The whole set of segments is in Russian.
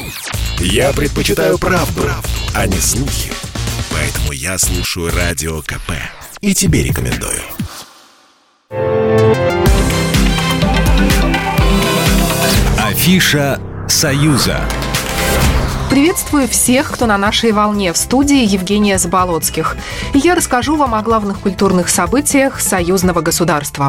Я предпочитаю правду, а не слухи. Поэтому я слушаю Радио КП. И тебе рекомендую. Афиша «Союза». Приветствую всех, кто на нашей волне. В студии Евгения Заболоцких. И я расскажу вам о главных культурных событиях союзного государства.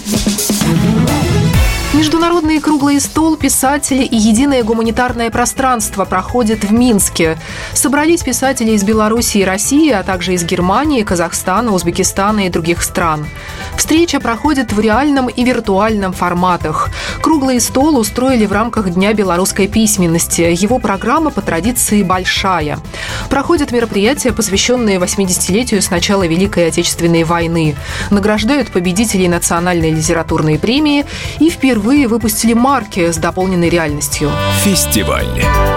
Международный круглый стол «Писатели и единое гуманитарное пространство» проходит в Минске. Собрались писатели из Беларуси и России, а также из Германии, Казахстана, Узбекистана и других стран. Встреча проходит в реальном и виртуальном форматах. Круглый стол устроили в рамках Дня белорусской письменности. Его программа по традиции большая. Проходят мероприятия, посвященные 80-летию с начала Великой Отечественной войны. Награждают победителей национальной литературной премии и впервые выпустили марки с дополненной реальностью. Фестиваль.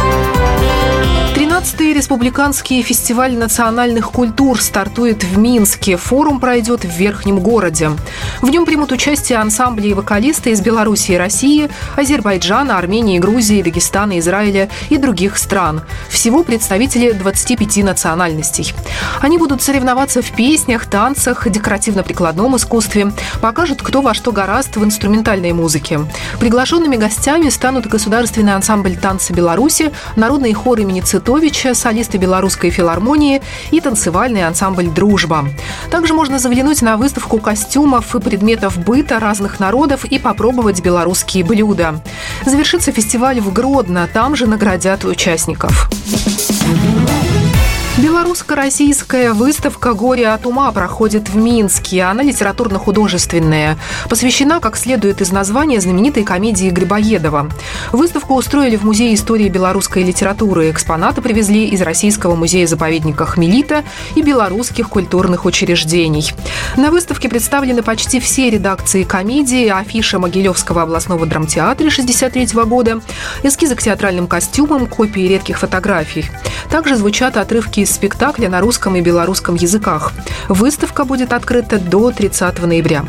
13-й республиканский фестиваль национальных культур стартует в Минске. Форум пройдет в Верхнем городе. В нем примут участие ансамбли и вокалисты из Беларуси и России, Азербайджана, Армении, Грузии, Дагестана, Израиля и других стран. Всего представители 25 национальностей. Они будут соревноваться в песнях, танцах, декоративно-прикладном искусстве, покажут, кто во что горазд в инструментальной музыке. Приглашенными гостями станут государственный ансамбль танца Беларуси, народный хор имени Цитовича, солисты Белорусской филармонии и танцевальный ансамбль «Дружба». Также можно заглянуть на выставку костюмов и предметов быта разных народов и попробовать белорусские блюда. Завершится фестиваль в Гродно, там же наградят участников. Белорусско-российская выставка «Горе от ума» проходит в Минске. Она литературно-художественная. Посвящена, как следует из названия, знаменитой комедии Грибоедова. Выставку устроили в Музее истории белорусской литературы. Экспонаты привезли из Российского музея-заповедника «Хмелита» и белорусских культурных учреждений. На выставке представлены почти все редакции комедии, афиша Могилевского областного драмтеатра 1963 года, эскизы к театральным костюмам, копии редких фотографий. Также звучат отрывки из спектакля на русском и белорусском языках. Выставка будет открыта до 30 ноября.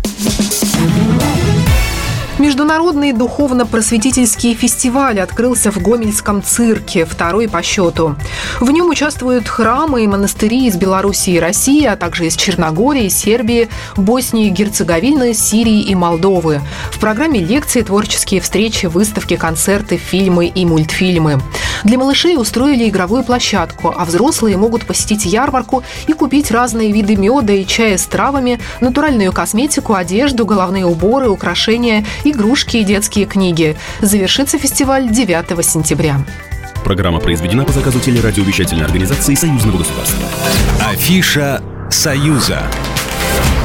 Международный духовно-просветительский фестиваль открылся в Гомельском цирке, второй по счету. В нем участвуют храмы и монастыри из Беларуси и России, а также из Черногории, Сербии, Боснии, Герцеговины, Сирии и Молдовы. В программе лекции, творческие встречи, выставки, концерты, фильмы и мультфильмы. Для малышей устроили игровую площадку, а взрослые могут посетить ярмарку и купить разные виды меда и чая с травами, натуральную косметику, одежду, головные уборы, украшения, игрушки и детские книги. Завершится фестиваль 9 сентября. Программа произведена по заказу телерадиовещательной организации Союзного государства. Афиша «Союза».